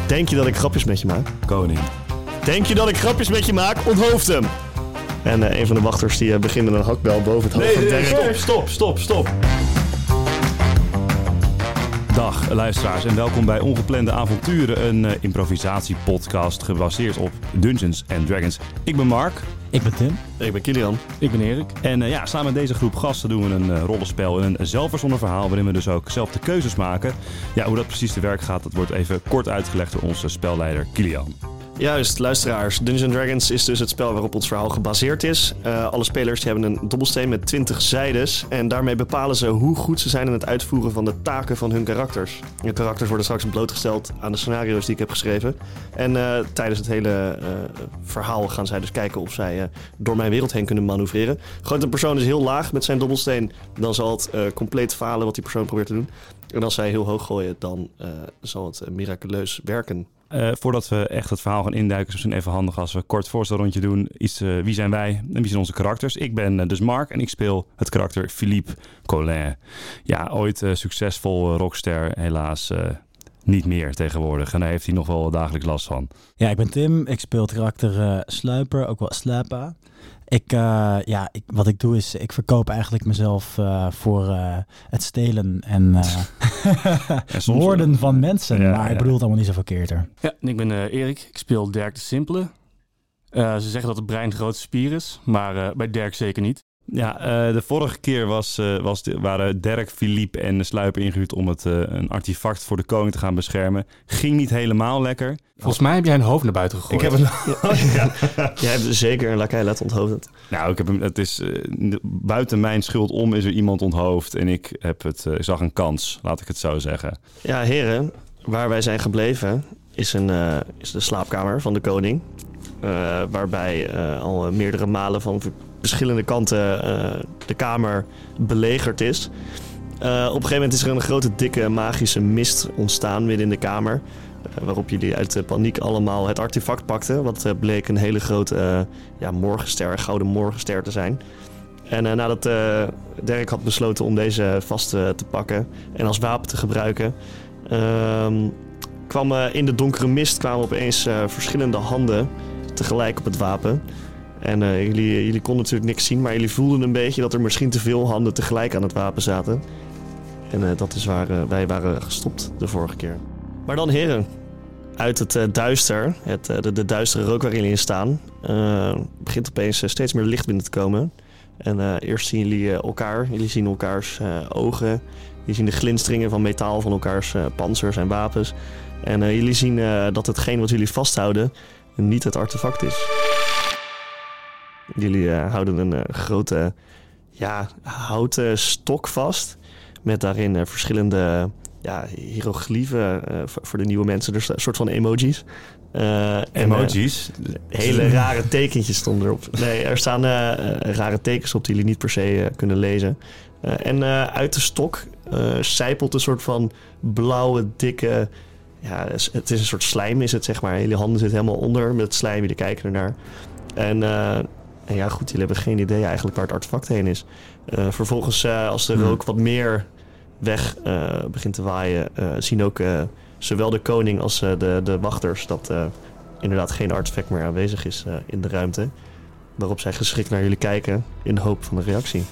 Denk je dat ik grapjes met je maak? Koning. Denk je dat ik grapjes met je maak? Onthoofd hem! En een van de wachters die begint met een hakbel boven het hoofd van Derek. Stop. Dag luisteraars en welkom bij Ongeplande Avonturen, een improvisatiepodcast gebaseerd op Dungeons & Dragons. Ik ben Mark. Ik ben Tim. Ik ben Kilian. Ik ben Erik. En samen met deze groep gasten doen we een rollenspel en een zelfverzonnen verhaal waarin we dus ook zelf de keuzes maken. Ja, hoe dat precies te werk gaat, dat wordt even kort uitgelegd door onze spelleider Kilian. Juist, luisteraars. Dungeons & Dragons is dus het spel waarop ons verhaal gebaseerd is. Alle spelers die hebben een dobbelsteen met 20 zijdes. En daarmee bepalen ze hoe goed ze zijn in het uitvoeren van de taken van hun karakters. De karakters worden straks blootgesteld aan de scenario's die ik heb geschreven. En tijdens het hele verhaal gaan zij dus kijken of zij door mijn wereld heen kunnen manoeuvreren. Gooit een persoon dus heel laag met zijn dobbelsteen, dan zal het compleet falen wat die persoon probeert te doen. En als zij heel hoog gooien, dan zal het miraculeus werken. Voordat we echt het verhaal gaan induiken, is het misschien even handig als we een kort voorstelrondje doen. Wie zijn wij en wie zijn onze karakters? Ik ben dus Mark en ik speel het karakter Philippe Collin. Ja, ooit succesvol rockster, helaas niet meer tegenwoordig. En daar heeft hij nog wel dagelijks last van. Ja, ik ben Tim. Ik speel het karakter Sluiper, ook wel Slapa. Wat ik doe is, ik verkoop eigenlijk mezelf voor het stelen en woorden van mensen. Ja, maar ik bedoel het allemaal niet zo verkeerder. Ja, en ik ben Erik. Ik speel Dirk de Simpele. Ze zeggen dat het brein de grootste spier is, maar bij Dirk zeker niet. Ja, de vorige keer waren Dirk, Philippe en Sluiper ingehuurd om een artefact voor de koning te gaan beschermen. Ging niet helemaal lekker. Volgens mij heb jij een hoofd naar buiten gegooid. Ik heb Jij hebt zeker een lakai laten onthoofd. Nou, het is buiten mijn schuld om is er iemand onthoofd en ik zag een kans, laat ik het zo zeggen. Ja, heren, waar wij zijn gebleven is de slaapkamer van de koning. Waarbij al meerdere malen van verschillende kanten de kamer belegerd is. Op een gegeven moment is er een grote, dikke, magische mist ontstaan midden in de kamer. Waarop jullie uit paniek allemaal het artefact pakten. Wat bleek een hele grote morgenster, gouden morgenster te zijn. En nadat Dirk had besloten om deze vast te pakken en als wapen te gebruiken, kwam in de donkere mist kwamen opeens verschillende handen tegelijk op het wapen. En jullie konden natuurlijk niks zien, maar jullie voelden een beetje dat er misschien te veel handen tegelijk aan het wapen zaten. En dat is waar wij waren gestopt de vorige keer. Maar dan heren, uit het duister, de duistere rook waarin jullie in staan, begint opeens steeds meer licht binnen te komen. En eerst zien jullie elkaar, jullie zien elkaars ogen, jullie zien de glinsteringen van metaal van elkaars panzers en wapens. En jullie zien dat hetgeen wat jullie vasthouden niet het artefact is. Jullie houden een grote houten stok vast met daarin verschillende hieroglyphen voor de nieuwe mensen. Dus een soort van emojis. Emojis? Hele rare tekentjes stonden erop. Nee, er staan rare tekens op die jullie niet per se kunnen lezen. En uit de stok sijpelt een soort van blauwe, dikke... Ja, het is een soort slijm is het, zeg maar. Jullie handen zitten helemaal onder met het slijm. Jullie kijken ernaar. En ja, goed, jullie hebben geen idee eigenlijk waar het artefact heen is. Vervolgens, als de rook wat meer weg begint te waaien, zien ook zowel de koning als de wachters dat inderdaad geen artefact meer aanwezig is in de ruimte. Waarop zij geschrikt naar jullie kijken in de hoop van de reactie.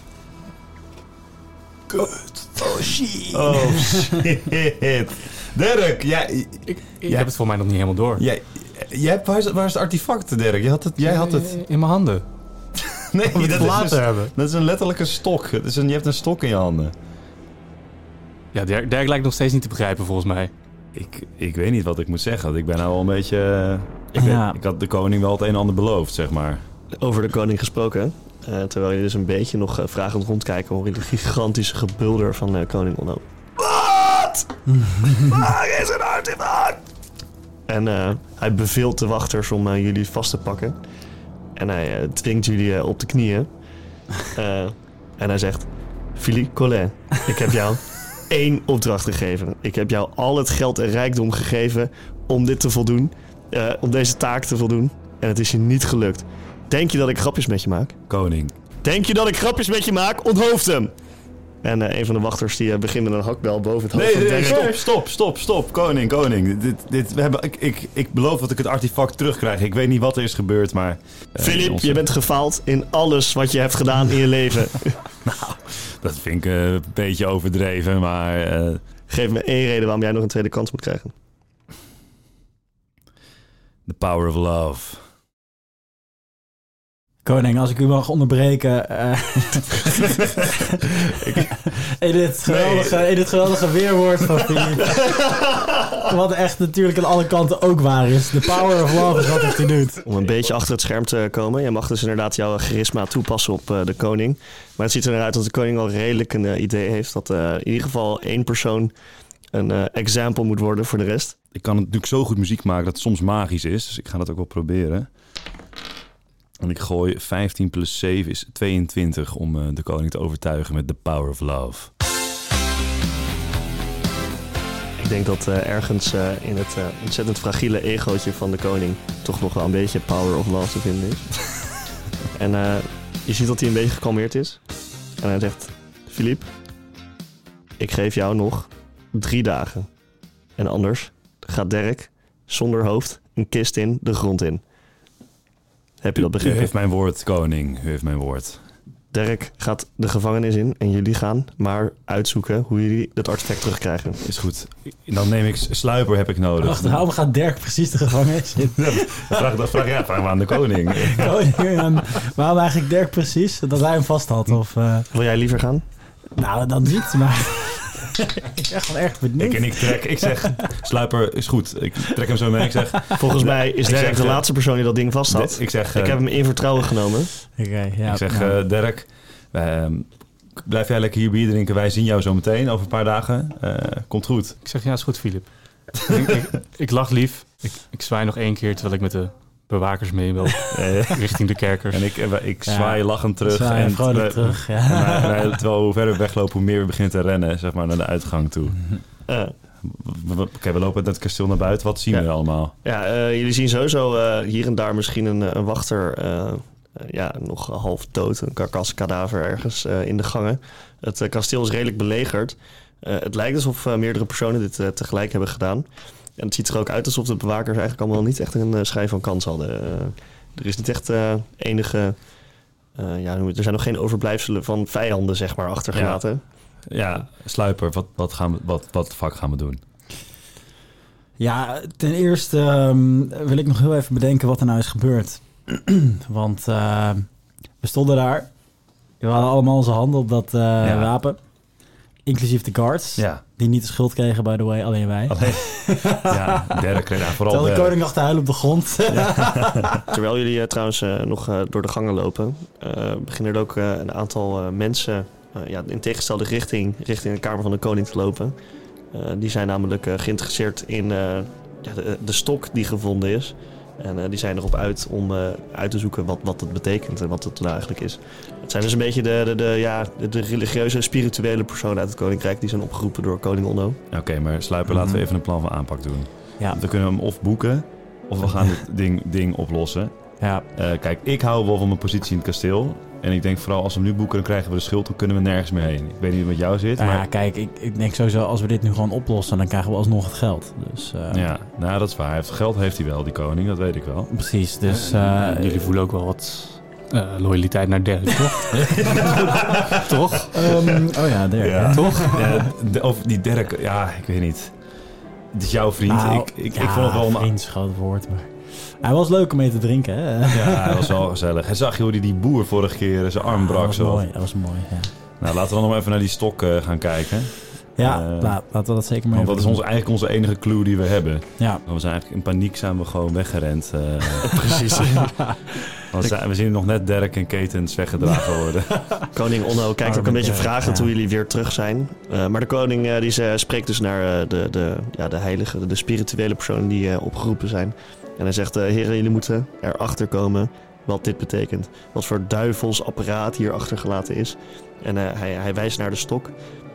Kut. Oh shit. Dirk, Ik heb het voor mij nog niet helemaal door. Waar is het artefact, Dirk? Jij had het... In mijn handen. Nee, hebben. Dat is een letterlijke stok. Je hebt een stok in je handen. Ja, Dirk lijkt nog steeds niet te begrijpen volgens mij. Ik weet niet wat ik moet zeggen. Ik ben nou wel een beetje... Ik had de koning wel het een en ander beloofd, zeg maar. Over de koning gesproken. Terwijl je dus een beetje nog vragend rondkijken, hoor je de gigantische gebulder van koning Onno. Wat? Waar is een artefact? En hij beveelt de wachters om jullie vast te pakken. En hij dwingt jullie op de knieën. En hij zegt: Philippe Collin, ik heb jou 1 opdracht gegeven. Ik heb jou al het geld en rijkdom gegeven om dit te voldoen. Om deze taak te voldoen. En het is je niet gelukt. Denk je dat ik grapjes met je maak? Koning. Denk je dat ik grapjes met je maak? Onthoofd hem! En een van de wachters die begint met een hakbel boven het hoofd van Derek. Nee, stop. Koning. Ik beloof dat ik het artefact terugkrijg. Ik weet niet wat er is gebeurd, maar... Filip, je bent gefaald in alles wat je hebt gedaan in je leven. Nou, dat vind ik een beetje overdreven, maar... Geef me 1 reden waarom jij nog een tweede kans moet krijgen. The power of love. Koning, als ik u mag onderbreken. In dit geweldige weerwoord van Filip. Wat echt natuurlijk aan alle kanten ook waar is. The power of love is wat het doet. Om een beetje achter het scherm te komen. Je mag dus inderdaad jouw charisma toepassen op de koning. Maar het ziet er naar uit dat de koning al redelijk een idee heeft. Dat in ieder geval 1 persoon een example moet worden voor de rest. Ik kan natuurlijk zo goed muziek maken dat het soms magisch is. Dus ik ga dat ook wel proberen. En ik gooi 15 plus 7 is 22 om de koning te overtuigen met the power of love. Ik denk dat ergens in het ontzettend fragiele egootje van de koning toch nog wel een beetje power of love te vinden is. En je ziet dat hij een beetje gekalmeerd is. En hij zegt, Filip, ik geef jou nog 3 dagen. En anders gaat Derek zonder hoofd een kist in, de grond in. Heb je dat begrepen? U heeft mijn woord, koning. U heeft mijn woord. Derek gaat de gevangenis in en jullie gaan maar uitzoeken hoe jullie dat artefact terugkrijgen. Is goed. Dan neem ik sluiper, heb ik nodig. Wacht, waarom gaat Dirk precies de gevangenis in? Vraag maar aan de koning. Waarom eigenlijk Dirk precies? Dat hij hem vast had? Of, Wil jij liever gaan? Nou, dan niet, maar... ik ben gewoon erg benieuwd. Ik zeg, sluiper is goed. Ik trek hem zo mee. Ik zeg, volgens mij is Derek de laatste persoon die dat ding vast had. Ik heb hem in vertrouwen genomen. Ik zeg, Derek, blijf jij lekker hier bier drinken. Wij zien jou zo meteen over een paar dagen. Komt goed. Ik zeg, ja, is goed, Filip. ik lach lief. Ik zwaai nog 1 keer terwijl ik met de bewakers mee wil richting de kerkers. En ik zwaai lachend terug. En terug, ja. Terwijl hoe verder we weglopen, hoe meer we beginnen te rennen, zeg maar, naar de uitgang toe. Oké, we lopen uit het kasteel naar buiten. Wat zien we allemaal? Ja, jullie zien sowieso hier en daar misschien een wachter... nog half dood, een karkaskadaver ergens in de gangen. Het kasteel is redelijk belegerd. Het lijkt alsof meerdere personen dit tegelijk hebben gedaan. En het ziet er ook uit alsof de bewakers eigenlijk allemaal niet echt een schijn van kans hadden. Er is niet echt enige... er zijn nog geen overblijfselen van vijanden, zeg maar, achtergelaten. Ja, sluiper, wat de fuck gaan we doen? Ja, ten eerste wil ik nog heel even bedenken wat er nou is gebeurd. Want we stonden daar. We hadden allemaal onze handen op dat wapen. Inclusief de guards. Ja. Die niet de schuld kregen, by the way. Alleen wij. Ja, Derek kreeg daar vooral. Terwijl de koning lag te huilen op de grond. Ja. Terwijl jullie trouwens nog door de gangen lopen... beginnen er ook een aantal mensen... in tegenstelde richting de kamer van de koning te lopen. Die zijn namelijk geïnteresseerd in de stok die gevonden is... En die zijn erop uit om uit te zoeken wat het betekent en wat het nou eigenlijk is. Het zijn dus een beetje de religieuze, spirituele personen uit het koninkrijk... die zijn opgeroepen door koning Onno. Oké, maar sluiper, laten we even een plan van aanpak doen. Ja. We kunnen hem of boeken, of we gaan dit ding oplossen. Ja. Kijk, ik hou wel van mijn positie in het kasteel. En ik denk vooral als we hem nu boeken, dan krijgen we de schuld... dan kunnen we nergens meer heen. Ik weet niet hoe het met jou zit. Maar... Ja, kijk, ik denk sowieso als we dit nu gewoon oplossen... dan krijgen we alsnog het geld. Dus, Ja, nou dat is waar. Geld heeft hij wel, die koning. Dat weet ik wel. Precies, dus... Jullie voelen ook wel wat loyaliteit naar Derek, toch? Toch? Oh ja, Derek. Ja. Toch? Ja, of die Derek, ja, ik weet niet. Het is jouw vriend. Nou, ik vond het wel een... vriend is een groot woord, maar... Hij was leuk om mee te drinken, hè? Ja, hij was wel gezellig. Hij zag je hoe die boer vorige keer zijn arm brak. Dat was mooi, ja. Nou, laten we dan nog even naar die stok gaan kijken. Ja, laten we dat zeker maar want dat is eigenlijk onze enige clue die we hebben. Ja. We zijn eigenlijk in paniek zijn we gewoon weggerend. Precies. We zien nog net Derek en Ketens weggedragen worden. Koning Onno kijkt ook een beetje vragend hoe jullie weer terug zijn. Maar de koning die spreekt dus naar de heilige, de spirituele personen die opgeroepen zijn. En hij zegt, heren, jullie moeten erachter komen wat dit betekent. Wat voor duivels apparaat hier achtergelaten is. En hij wijst naar de stok.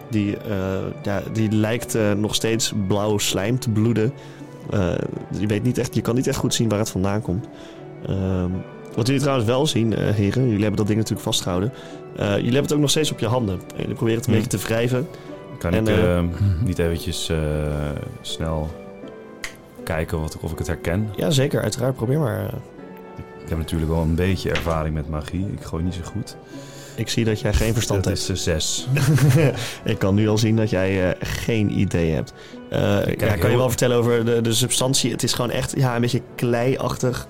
Die lijkt nog steeds blauw slijm te bloeden. Je kan niet echt goed zien waar het vandaan komt. Wat jullie trouwens wel zien, heren, jullie hebben dat ding natuurlijk vastgehouden. Jullie hebben het ook nog steeds op je handen. Jullie proberen het een beetje te wrijven. Kan ik niet eventjes snel kijken of ik het herken? Ja, zeker. Uiteraard. Probeer maar. Ik heb natuurlijk wel een beetje ervaring met magie. Ik gooi niet zo goed. Ik zie dat jij geen verstand Dat hebt. is 6. Ik kan nu al zien dat jij geen idee hebt. Kan je wel vertellen over de substantie? Het is gewoon echt een beetje kleiachtig,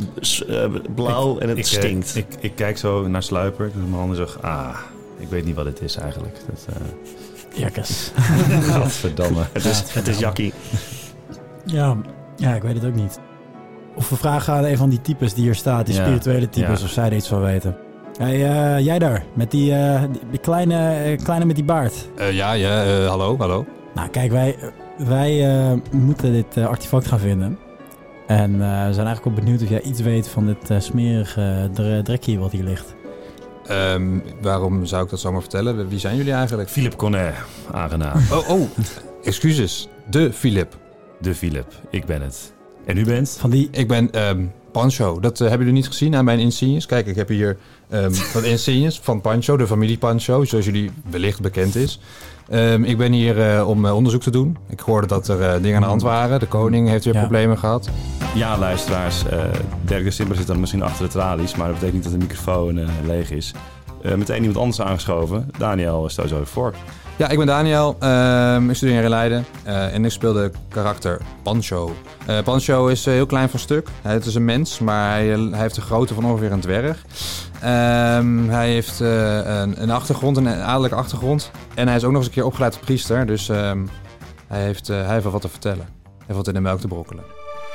blauw en het stinkt. Ik kijk zo naar Sluiper. Ik doe mijn handen zo. Ik weet niet wat het is eigenlijk. Jakkes. Godverdamme. Het is jakkie. Ja, ik weet het ook niet. Of we vragen aan een van die types die hier staat, die spirituele types, of zij er iets van weten. Hey, jij daar, met die kleine met die baard. Hallo. Nou, kijk, wij moeten dit artefact gaan vinden. En we zijn eigenlijk wel benieuwd of jij iets weet van dit smerige drekje wat hier ligt. Waarom zou ik dat zomaar vertellen? Wie zijn jullie eigenlijk? Philippe Conner, aangenaam. Oh, excuses. De Philip. De Philip, ik ben het. En u bent? Ik ben Pancho. Dat hebben jullie niet gezien aan mijn insignes. Kijk, ik heb hier wat insignes van Pancho, de familie Pancho, zoals jullie wellicht bekend is. Ik ben hier om onderzoek te doen. Ik hoorde dat er dingen aan de hand waren. De koning heeft weer problemen gehad. Ja, luisteraars. Dirk de Simper zit dan misschien achter de tralies, maar dat betekent niet dat de microfoon leeg is. Meteen iemand anders aangeschoven. Daniel, stel zo even voor. Ja, ik ben Daniel. Ik studeer in Leiden. En ik speel de karakter Pancho. Pancho is heel klein van stuk. Het is een mens, maar hij heeft de grootte van ongeveer een dwerg. Hij heeft een achtergrond, een adellijke achtergrond. En hij is ook nog eens een keer opgeleid tot priester. Dus hij heeft wel wat te vertellen. Hij heeft wat in de melk te brokkelen.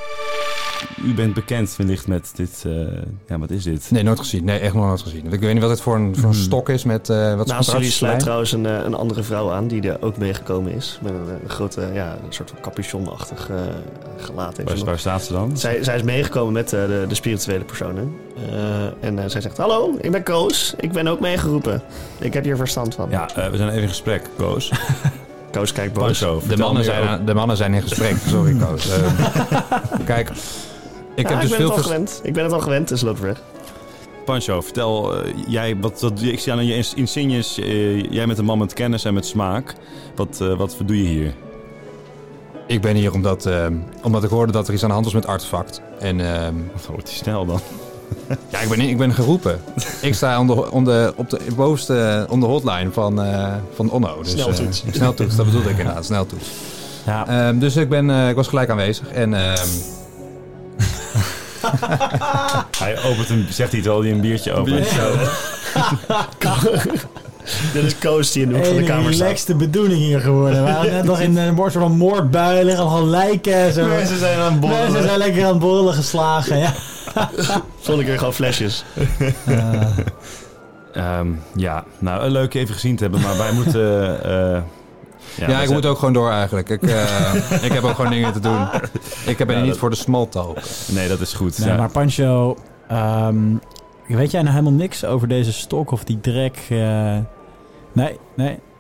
U bent bekend wellicht met dit... wat is dit? Nee, nooit gezien. Nee, echt nog nooit gezien. Ik weet niet wat het voor een stok is met wat naast jullie sluit trouwens een andere vrouw aan die er ook meegekomen is. Met een grote, een soort van capuchonachtig gelaat. Waar staat ze dan? Zij is meegekomen met de spirituele personen. En zij zegt, hallo, ik ben Koos. Ik ben ook meegeroepen. Ik heb hier verstand van. Ja, we zijn even in gesprek, Koos. Koos kijkt boos. Pancho, de mannen zijn in gesprek. Sorry, Koos. Kijk, ik ben het al gewend, dus loop weg. Pancho, vertel jij, ik zie aan je insignes, jij met een man met kennis en met smaak. Wat doe je hier? Ik ben hier omdat ik hoorde dat er iets aan de hand was met artefact. En wat wordt die snel dan? Ja, ik ben geroepen. Ik sta op de bovenste on de hotline van Onno. Dus, sneltoets. Sneltoets, dat bedoelde ik inderdaad. Sneltoets. Ja. Dus ik was gelijk aanwezig. En hij opent hem, zegt hij terwijl hij een biertje opent. Dit is Koos die in de hoek van de kamer staat. Relaxte bedoeling hier geworden. We waren net nog in een soort van moordbui, liggen al lijken. Zo. Mensen zijn aan het borrelen. Mensen zijn lekker aan het borrelen geslagen, ja. Volgende keer gewoon flesjes. Leuk even gezien te hebben, maar wij moeten... ik moet ook gewoon door eigenlijk. Ik heb ook gewoon dingen te doen. Ik ben hier niet voor de small talk. Nee, dat is goed. Nee, maar Pancho, weet jij nou helemaal niks over deze stok of die drek? Nee.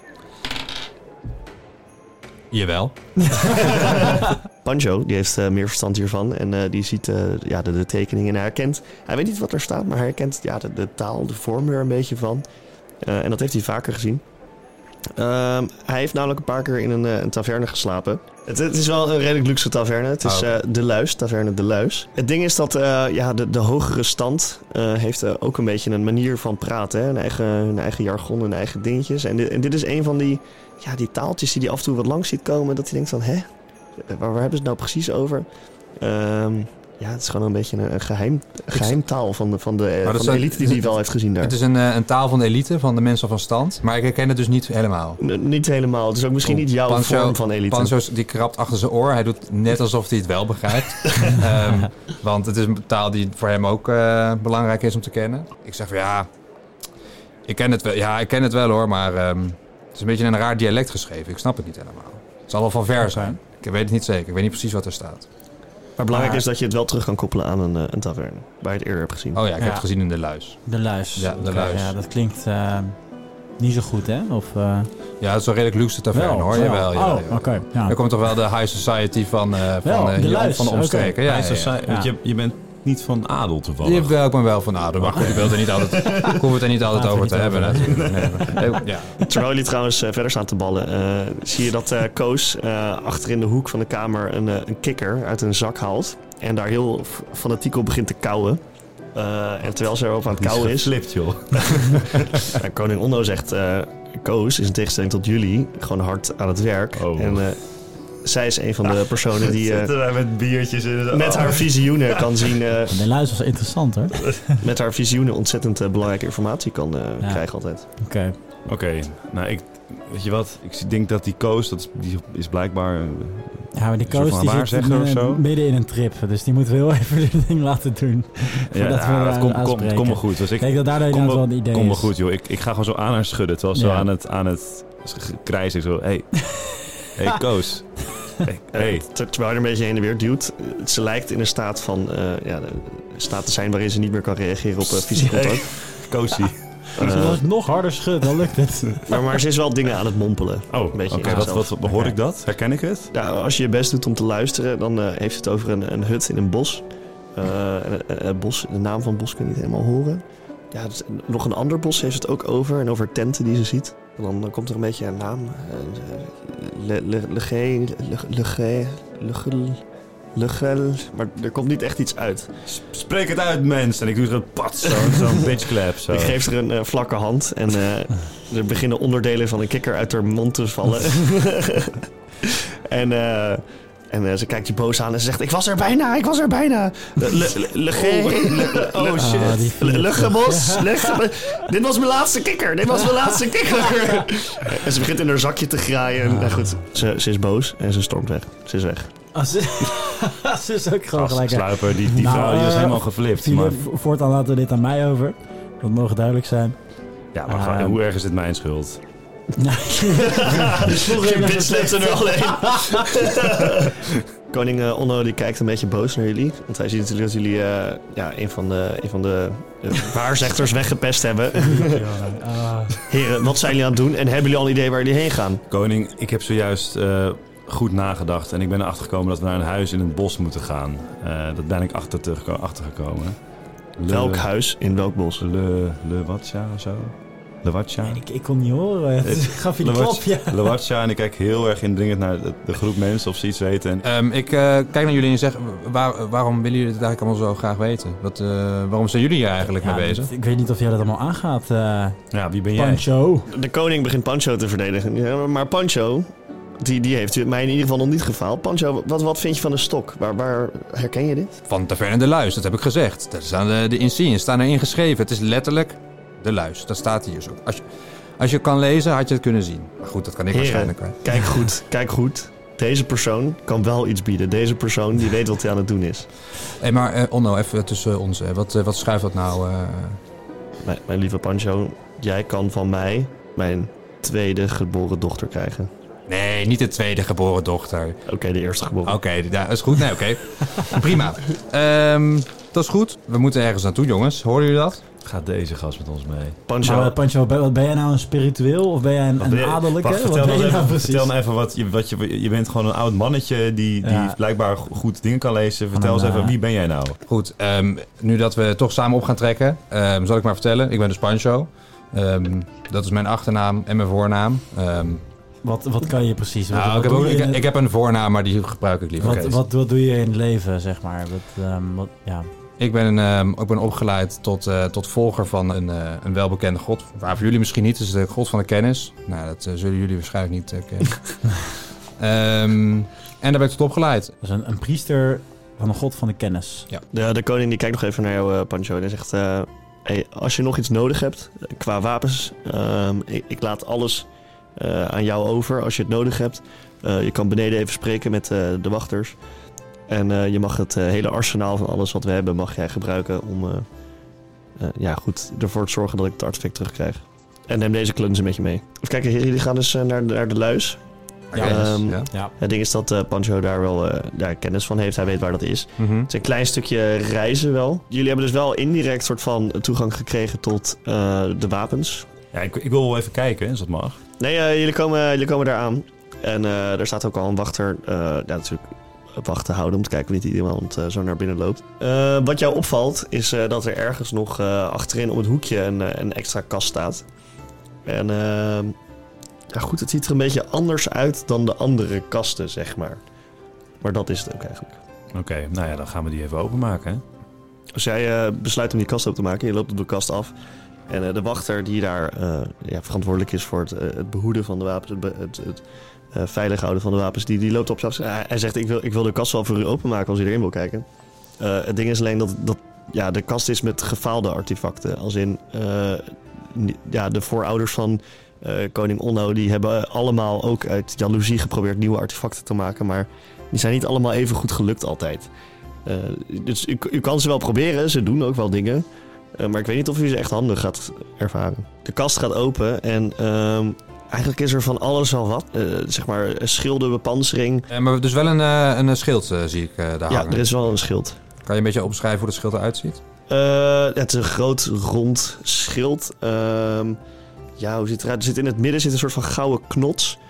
Jawel. Pancho, die heeft meer verstand hiervan. En die ziet de tekeningen en hij herkent... Hij weet niet wat er staat, maar hij herkent de taal, de vorm er een beetje van. En dat heeft hij vaker gezien. Hij heeft namelijk een paar keer in een taverne geslapen. Het is wel een redelijk luxe taverne. Het is De Luis, taverne De Luis. Het ding is dat de hogere stand heeft ook een beetje een manier van praten. Hè? Een eigen jargon, een eigen dingetjes. En dit is een van die taaltjes die hij af en toe wat langs ziet komen. Dat hij denkt van, waar hebben ze het nou precies over? Het is gewoon een beetje een geheimtaal van de elite die hij wel heeft gezien daar. Het is een taal van de elite, van de mensen van stand. Maar ik herken het dus niet helemaal. Niet helemaal. Het is ook misschien niet jouw vorm van elite. Pancho die krabt achter zijn oor. Hij doet net alsof hij het wel begrijpt. Want het is een taal die voor hem ook belangrijk is om te kennen. Ik zeg van ik ken het wel. Ja, ik ken het wel hoor, maar het is een beetje een raar dialect geschreven. Ik snap het niet helemaal. Het zal wel van ver zijn. Ik weet het niet zeker. Ik weet niet precies wat er staat. Maar belangrijk is dat je het wel terug kan koppelen aan een taverne. Waar je het eerder hebt gezien. Oh ja, ik heb het gezien in De Luis. De Luis. Ja, De Luis. Ja, dat klinkt niet zo goed, hè? Of, Ja, het is wel redelijk luxe taverne, hoor. Jawel. Oké. Ja. Er komt toch wel de high society van de omstreken. Want je bent niet van adel toevallig? Die heb ik me wel van adem. Maar goed, ik hoef het er niet altijd over te hebben natuurlijk. Nee, ja. Terwijl jullie trouwens verder staan te ballen, zie je dat Koos achter in de hoek van de kamer een kikker uit een zak haalt. En daar heel fanatiek op begint te kauwen. En terwijl ze erop aan het kauwen is... Slipt, joh. Koning Onno zegt... Koos is in tegenstelling tot jullie gewoon hard aan het werk. Oh. En zij is een van de personen die Zitten wij met biertjes in met haar visioenen kan zien... De luister was interessant hoor. met haar visioenen ontzettend belangrijke informatie kan krijgen altijd. Oké. Nou, weet je wat? Ik denk dat die Koos, die is blijkbaar... Ja, maar die een soort Koos van die waarzegger of zit zo? midden in een trip. Dus die moeten we heel even dit ding laten doen. dat komt wel goed. Dus Ik denk dat daardoor inderdaad wel een idee Kom wel is. goed, joh. Ik ga gewoon zo aan haar schudden. Terwijl zo aan het krijsen. Zo, hey Koos. Hey. Terwijl je er een beetje heen en weer duwt. Ze lijkt in een staat van... staat te zijn waarin ze niet meer kan reageren op fysiek contact. Koosie. Als je dat nog harder schudt, dan lukt het. Maar ze is wel dingen aan het mompelen. Oh, oké. Wat hoor ik dat? Herken ik het? Ja, als je je best doet om te luisteren, dan heeft het over een hut in een bos. Bos. De naam van het bos kun je niet helemaal horen. Ja, dus nog een ander bos heeft het ook over. En over tenten die ze ziet. En dan komt er een beetje een naam. Legel. Maar er komt niet echt iets uit. Spreek het uit, mens. En ik doe zo'n zo'n bitchclap. Zo. Ik geef er een vlakke hand. En er beginnen onderdelen van een kikker uit haar mond te vallen. En ze kijkt je boos aan en ze zegt... Ik was er bijna. Oh shit. Luchtgebos. Dit was mijn laatste kikker. En ze begint in haar zakje te graaien. Nou goed, ze is boos en ze stormt weg. Ze is weg. Ze is ook gewoon gelijk. Sluiper, die vrouw die was helemaal geflipt. Maar... Voortaan laten we dit aan mij over. Dat mogen duidelijk zijn. Ja, maar hoe erg is het mijn schuld? Je bitch er alleen. Koning Onno die kijkt een beetje boos naar jullie. Want hij ziet natuurlijk dat jullie een van de waarzegters weggepest hebben. Heren, wat zijn jullie aan het doen? En hebben jullie al een idee waar jullie heen gaan? Koning, ik heb zojuist goed nagedacht. En ik ben erachter gekomen dat we naar een huis in het bos moeten gaan. Dat ben ik achtergekomen. Welk huis in welk bos? Lewatja of zo? Lewatja? Ik kon niet horen. Het gaf je de klap, ja. Lewatja, en ik kijk heel erg indringend naar de groep mensen of ze iets weten. Ik kijk naar jullie en zeg, waarom willen jullie het eigenlijk allemaal zo graag weten? Waarom zijn jullie hier eigenlijk mee bezig? Ik weet niet of jij dat allemaal aangaat. Ja, wie ben jij? Pancho. De koning begint Pancho te verdedigen. Ja, maar Pancho, die heeft mij in ieder geval nog niet gefaald. Pancho, wat vind je van de stok? Waar herken je dit? Van Taverne de Luis, dat heb ik gezegd. Daar staan de insignes staan erin geschreven. Het is letterlijk de Luis. Dat staat hier zo. Als je kan lezen, had je het kunnen zien. Maar goed, dat kan ik waarschijnlijk kwijt. Kijk goed. Deze persoon kan wel iets bieden. Deze persoon die weet wat hij aan het doen is. Hey, maar Onno, even tussen ons. Wat schuift dat nou? Mijn lieve Pancho, jij kan van mij mijn tweede geboren dochter krijgen. Nee, niet de tweede geboren dochter. Oké, de eerste geboren. Oké, dat is goed. Nee, oké. Prima. Dat is goed. We moeten ergens naartoe, jongens. Horen jullie dat? Gaat deze gast met ons mee? Pancho, wat ben jij nou, een spiritueel of ben jij een adellijke? Vertel me even je bent gewoon een oud mannetje die blijkbaar goed dingen kan lezen. Vertel eens even, wie ben jij nou? Goed, nu dat we toch samen op gaan trekken, zal ik maar vertellen. Ik ben dus Pancho. Dat is mijn achternaam en mijn voornaam. Wat kan je precies? Ik heb een voornaam, maar die gebruik ik liever. Wat doe je in het leven, zeg maar? Ik ben opgeleid tot volger van een welbekende god. Waar voor jullie misschien niet, is de god van de kennis. Nou, dat zullen jullie waarschijnlijk niet kennen. En daar ben ik tot opgeleid. Dus een priester van een god van de kennis. Ja. De koning die kijkt nog even naar jou, Pancho. En hij zegt, hey, als je nog iets nodig hebt qua wapens... ik laat alles aan jou over als je het nodig hebt. Je kan beneden even spreken met de wachters... En je mag het hele arsenaal van alles wat we hebben... mag jij gebruiken om ervoor te zorgen dat ik het artefact terugkrijg. En neem deze kluns een beetje mee. Even kijken, heren, jullie gaan dus naar de Luis. Het ding is dat Pancho daar wel kennis van heeft. Hij weet waar dat is. Mm-hmm. Het is een klein stukje reizen wel. Jullie hebben dus wel indirect soort van toegang gekregen tot de wapens. Ja, ik wil wel even kijken, als dat mag. Nee, jullie komen daar aan. En er staat ook al een wachter. Natuurlijk... wacht te houden om te kijken of niet iemand zo naar binnen loopt. Wat jou opvalt is dat er ergens nog achterin om het hoekje een extra kast staat. En ja, goed, het ziet er een beetje anders uit dan de andere kasten, zeg maar. Maar dat is het ook eigenlijk. Oké, nou ja, dan gaan we die even openmaken. Hè? Als jij besluit om die kast open te maken, je loopt op de kast af. En de wachter die daar verantwoordelijk is voor het behoeden van de wapens, het veilig houden van de wapens, die loopt op je af. Hij zegt, ik wil de kast wel voor u openmaken als u erin wil kijken. Het ding is alleen dat de kast is met gefaalde artefacten. Als in de voorouders van koning Onno, die hebben allemaal ook uit jaloezie geprobeerd nieuwe artefacten te maken. Maar die zijn niet allemaal even goed gelukt altijd. Dus u kan ze wel proberen, ze doen ook wel dingen. Maar ik weet niet of u ze echt handig gaat ervaren. De kast gaat open en eigenlijk is er van alles al wat. Zeg maar schilden, bepansering. Maar dus wel een schild zie ik daar hangen. Ja, er is wel een schild. Kan je een beetje opschrijven hoe dat schild eruit ziet? Het is een groot rond schild. Hoe ziet het eruit? In het midden zit een soort van gouden knots.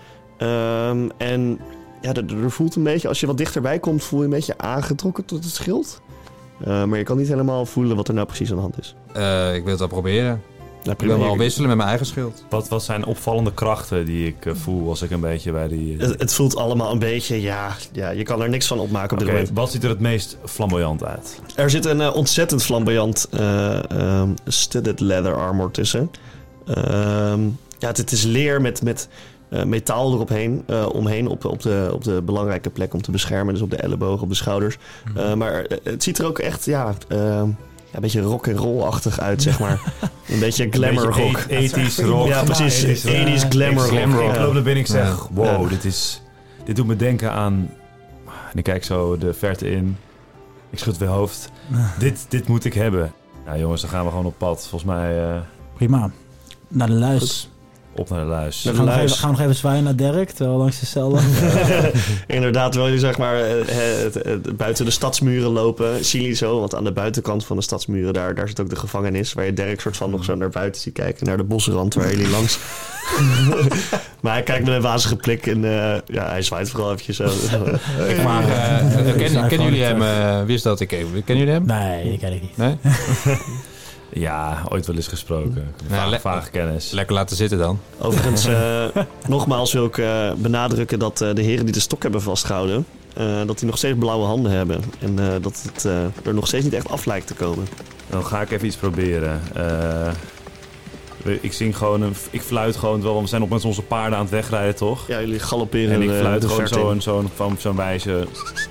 En ja, er voelt een beetje, als je wat dichterbij komt, voel je een beetje aangetrokken tot het schild. Maar je kan niet helemaal voelen wat er nou precies aan de hand is. Ik wil het wel proberen. Ja, Ik wil wel wisselen met mijn eigen schild. Wat zijn opvallende krachten die ik voel als ik een beetje bij die... Het voelt allemaal een beetje, ja, je kan er niks van opmaken op dit moment. Wat ziet er het meest flamboyant uit? Er zit een ontzettend flamboyant studded leather armor tussen. Het is leer met metaal eromheen, omheen op de belangrijke plek om te beschermen. Dus op de ellebogen, op de schouders. Maar het ziet er ook echt, een beetje rock-and-roll-achtig uit, zeg maar. Een beetje glamour rock. 80's rock. Ja, precies. 80's glamour rock. Ik loop naar binnen en ik zeg, wow, dit doet me denken aan... En ik kijk zo de verte in. Ik schud weer hoofd. Dit moet ik hebben. Nou jongens, dan gaan we gewoon op pad. Volgens mij... Prima. Naar de luis. Op naar de luis. We gaan nog even zwaaien naar Dirk, terwijl we langs de cel. Inderdaad, terwijl jullie zeg maar buiten de stadsmuren lopen, zien jullie zo, want aan de buitenkant van de stadsmuren, daar zit ook de gevangenis, waar je Dirk soort van nog zo naar buiten ziet kijken, naar de bosrand waar jullie langs. Maar hij kijkt met een wazige blik en hij zwaait vooral eventjes zo. Kennen jullie hem? Wie is dat? Kennen jullie hem? Nee, die ken ik niet. Nee? Ja, ooit wel eens gesproken. Vage kennis. Lekker laten zitten dan. Overigens, nogmaals wil ik benadrukken dat de heren die de stok hebben vastgehouden, dat die nog steeds blauwe handen hebben. En dat het er nog steeds niet echt af lijkt te komen. Dan ga ik even iets proberen. Ik fluit gewoon, terwijl we zijn nog met onze paarden aan het wegrijden, toch? Ja, jullie galopperen. En ik fluit gewoon zo'n wijze.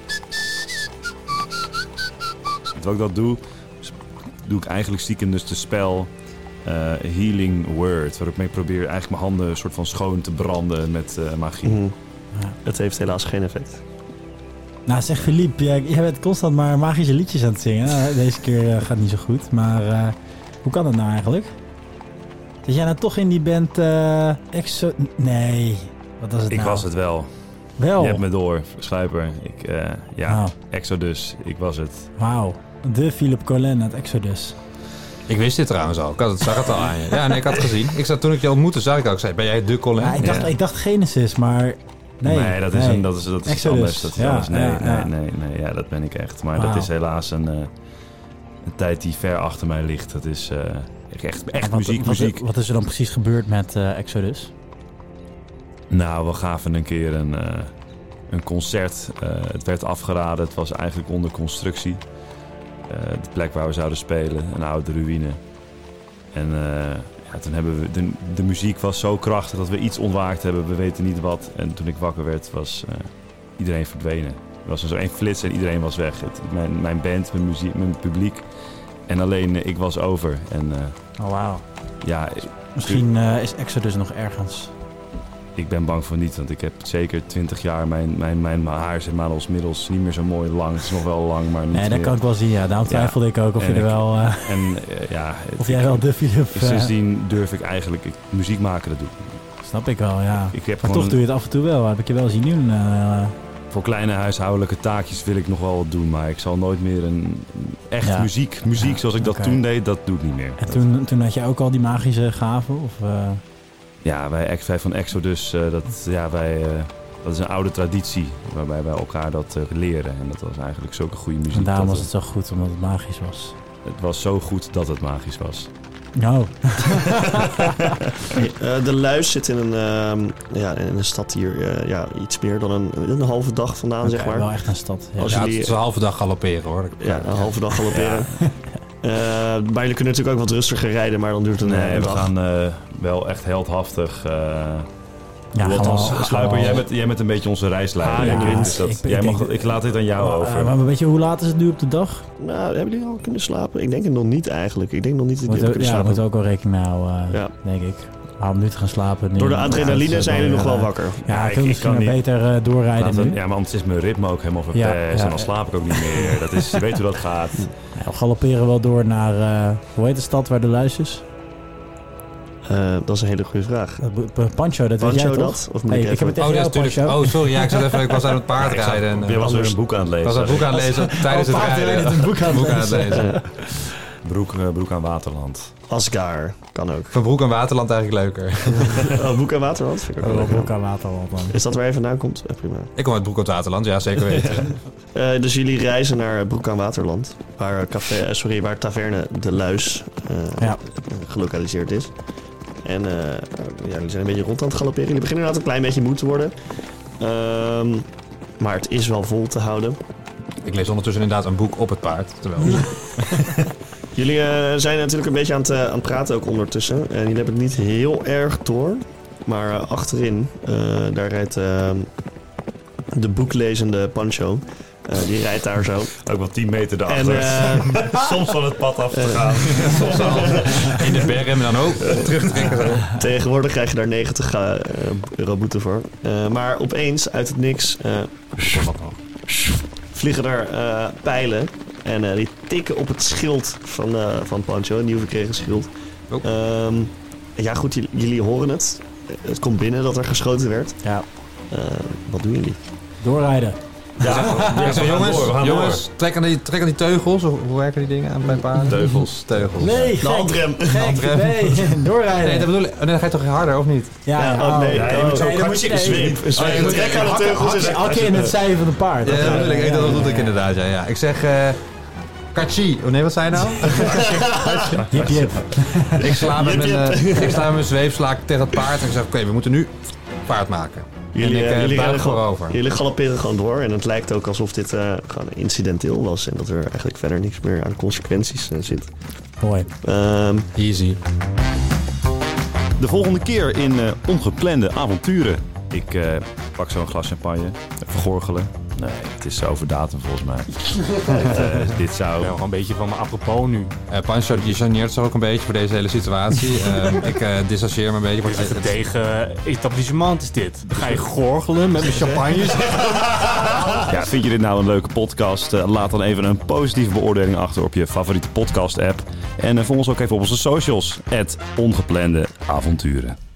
Terwijl ik dat doe ik eigenlijk stiekem dus de spel Healing Word. Waarop ik probeer eigenlijk mijn handen een soort van schoon te branden met magie. Mm-hmm. Ja. Het heeft helaas geen effect. Nou zeg Philippe, jij bent constant maar magische liedjes aan het zingen. Deze keer gaat niet zo goed. Maar hoe kan dat nou eigenlijk? Zit jij nou toch in die band Nee, wat was het nou? Ik was het wel. Wel? Je hebt me door, Sluiper. Wow. Exodus, ik was het. Wauw. De Philippe Collin uit Exodus. Ik wist dit trouwens al. Zag het al aan je. Ja, nee, ik had het gezien. Toen ik je ontmoette, zag ik al. Ik zei, ben jij de Collin? Ja, ik dacht Genesis, maar... Nee, dat is Exodus. anders. Dat is ja, anders. Nee, ja, dat ben ik echt. Maar dat is helaas een tijd die ver achter mij ligt. Dat is echt muziek. Wat is er dan precies gebeurd met Exodus? Nou, we gaven een keer een concert. Het werd afgeraden. Het was eigenlijk onder constructie. De plek waar we zouden spelen. Een oude ruïne. En toen hebben we... De muziek was zo krachtig dat we iets ontwaakt hebben. We weten niet wat. En toen ik wakker werd, was iedereen verdwenen. Er was zo één flits en iedereen was weg. Mijn band, mijn muziek, mijn publiek. En alleen ik was over. En, oh, wauw. Ja, misschien is Exodus nog ergens. Ik ben bang voor niet, want ik heb zeker 20 jaar... Mijn haar is inmiddels niet meer zo mooi lang. Het is nog wel lang, maar niet Nee, dat meer. Kan ik wel zien, ja. Daarom twijfelde ik ook of je er wel... of jij wel de Philippe... Sindsdien durf ik eigenlijk... muziek maken, dat doe ik. Snap ik wel, ja. Maar toch doe je het af en toe wel. Heb ik je wel zien doen. Voor kleine huishoudelijke taakjes wil ik nog wel wat doen. Maar ik zal nooit meer muziek zoals ik dat toen deed, dat doe ik niet meer. En toen had je ook al die magische gaven? Of, Ja, wij van Exodus, Dat is een oude traditie waarbij wij elkaar dat leren. En dat was eigenlijk zulke goede muziek. En daarom dat was het zo goed, omdat het magisch was. het was zo goed dat het magisch was. Nou, De Luis zit in een stad hier iets meer dan een halve dag vandaan, zeg maar. wel echt een stad. Ja. Als Ja, jullie- het is een halve dag galopperen hoor. Ja, een halve dag galopperen. Maar jullie kunnen natuurlijk ook wat rustiger rijden, maar dan duurt het een We dag. gaan wel echt heldhaftig. Ja, Althans, gewoon- Sluiper, gewoon- jij bent een beetje onze reisleider. Ja, denk ik. ja, Dus dat, ik denk- ik laat dit aan jou over. Maar weet je, hoe laat is het nu op de dag? Nou, hebben jullie al kunnen slapen? Ik denk het nog niet eigenlijk. Ik denk nog niet dat jullie Daar kunnen slapen. moeten we ook wel rekening mee houden, Ja. denk ik. Haal nu te gaan slapen. Nu Door de adrenaline zijn jullie nog wel wakker. Ja, ik ik kan misschien kan maar niet- beter doorrijden nu. Ja, maar anders is mijn ritme ook helemaal Ja, verpest. ja. En dan slaap ik ook niet meer. Dat is, je weet hoe dat gaat. Ja, we galopperen wel door naar, hoe heet de stad waar de Luis is? Dat is een hele goede vraag. Pancho, dat weet jij Pancho toch? dat? Of moet Nee, ik ik even... heb het Oh, tegen dat is jou, natuurlijk... Pancho. Oh, sorry. Ja, ik was aan het paardrijden. En, Je was weer anders- een boek aan het ik lezen. was een boek aan het lezen tijdens het rijden. een boek aan het lezen. Broek aan Waterland. Asgard kan ook. Van Broek en Waterland eigenlijk leuker. Boek en Waterland vind ik ook wel leuk. Boek aan Waterland dan. Is dat waar je vandaan komt? Prima. Ik kom uit Broek en Waterland, ja zeker weten. Dus jullie reizen naar Broek aan Waterland, waar Taverne de Luis gelokaliseerd is. En jullie zijn een beetje rond aan het galopperen. Jullie beginnen inderdaad een klein beetje moe te worden. Maar het is wel vol te houden. Ik lees ondertussen inderdaad een boek op het paard. Terwijl... Jullie zijn natuurlijk een beetje aan het praten ook ondertussen. En jullie hebben het niet heel erg door. Maar achterin, daar rijdt de boeklezende Pancho. Die rijdt daar zo. Ook wel 10 meter daarachter. En Soms van het pad af te gaan. Soms in de berm en dan ook terugtrekken. Zo. tegenwoordig krijg je daar 90 euro boete voor. Maar opeens, uit het niks, vliegen er pijlen. En die tikken op het schild van Pancho, een nieuw verkregen schild. Oh. Ja goed, jullie horen het. Het komt binnen dat er geschoten werd. Ja. Wat doen jullie? Doorrijden. Ik zeg, jongens, trek aan die teugels. Hoe werken die dingen aan bij paarden? Teugels. Nee, De handrem. handrem. Nee, doorrijden. Nee, dat bedoel ik. Oh, dan ga je toch harder, of niet? Nee, je moet zo dan moet je zweep. Een zweep. je moet Trek aan de teugels is Hakje in het zij van de paard. Ja, dat bedoel ik. Dat doe ik inderdaad, ja. Ik zeg... Kachi. Oh nee, wat zei je nou? Jip, jip. Ik sla met mijn zweep tegen het paard en ik zeg, oké, we moeten nu paard maken. Jullie buig voorover. Jullie galopperen gewoon door. En het lijkt ook alsof dit gewoon incidenteel was. En dat er eigenlijk verder niks meer aan consequenties zit. Mooi. Easy. De volgende keer in Ongeplande Avonturen. Ik pak zo'n glas champagne. Even gorgelen. Nee, het is over datum volgens mij. Dit Ik zou... ben wel een beetje van me apropos nu. Pancho, die geneert zich ook een beetje voor deze hele situatie. Ik distancieer me een beetje. Wat een tegen etablissement is dit? Dan ga je gorgelen met mijn champagne. Ja, vind je dit nou een leuke podcast? Laat dan even een positieve beoordeling achter op je favoriete podcast app. En volg ons ook even op onze socials. @Ongeplande Avonturen.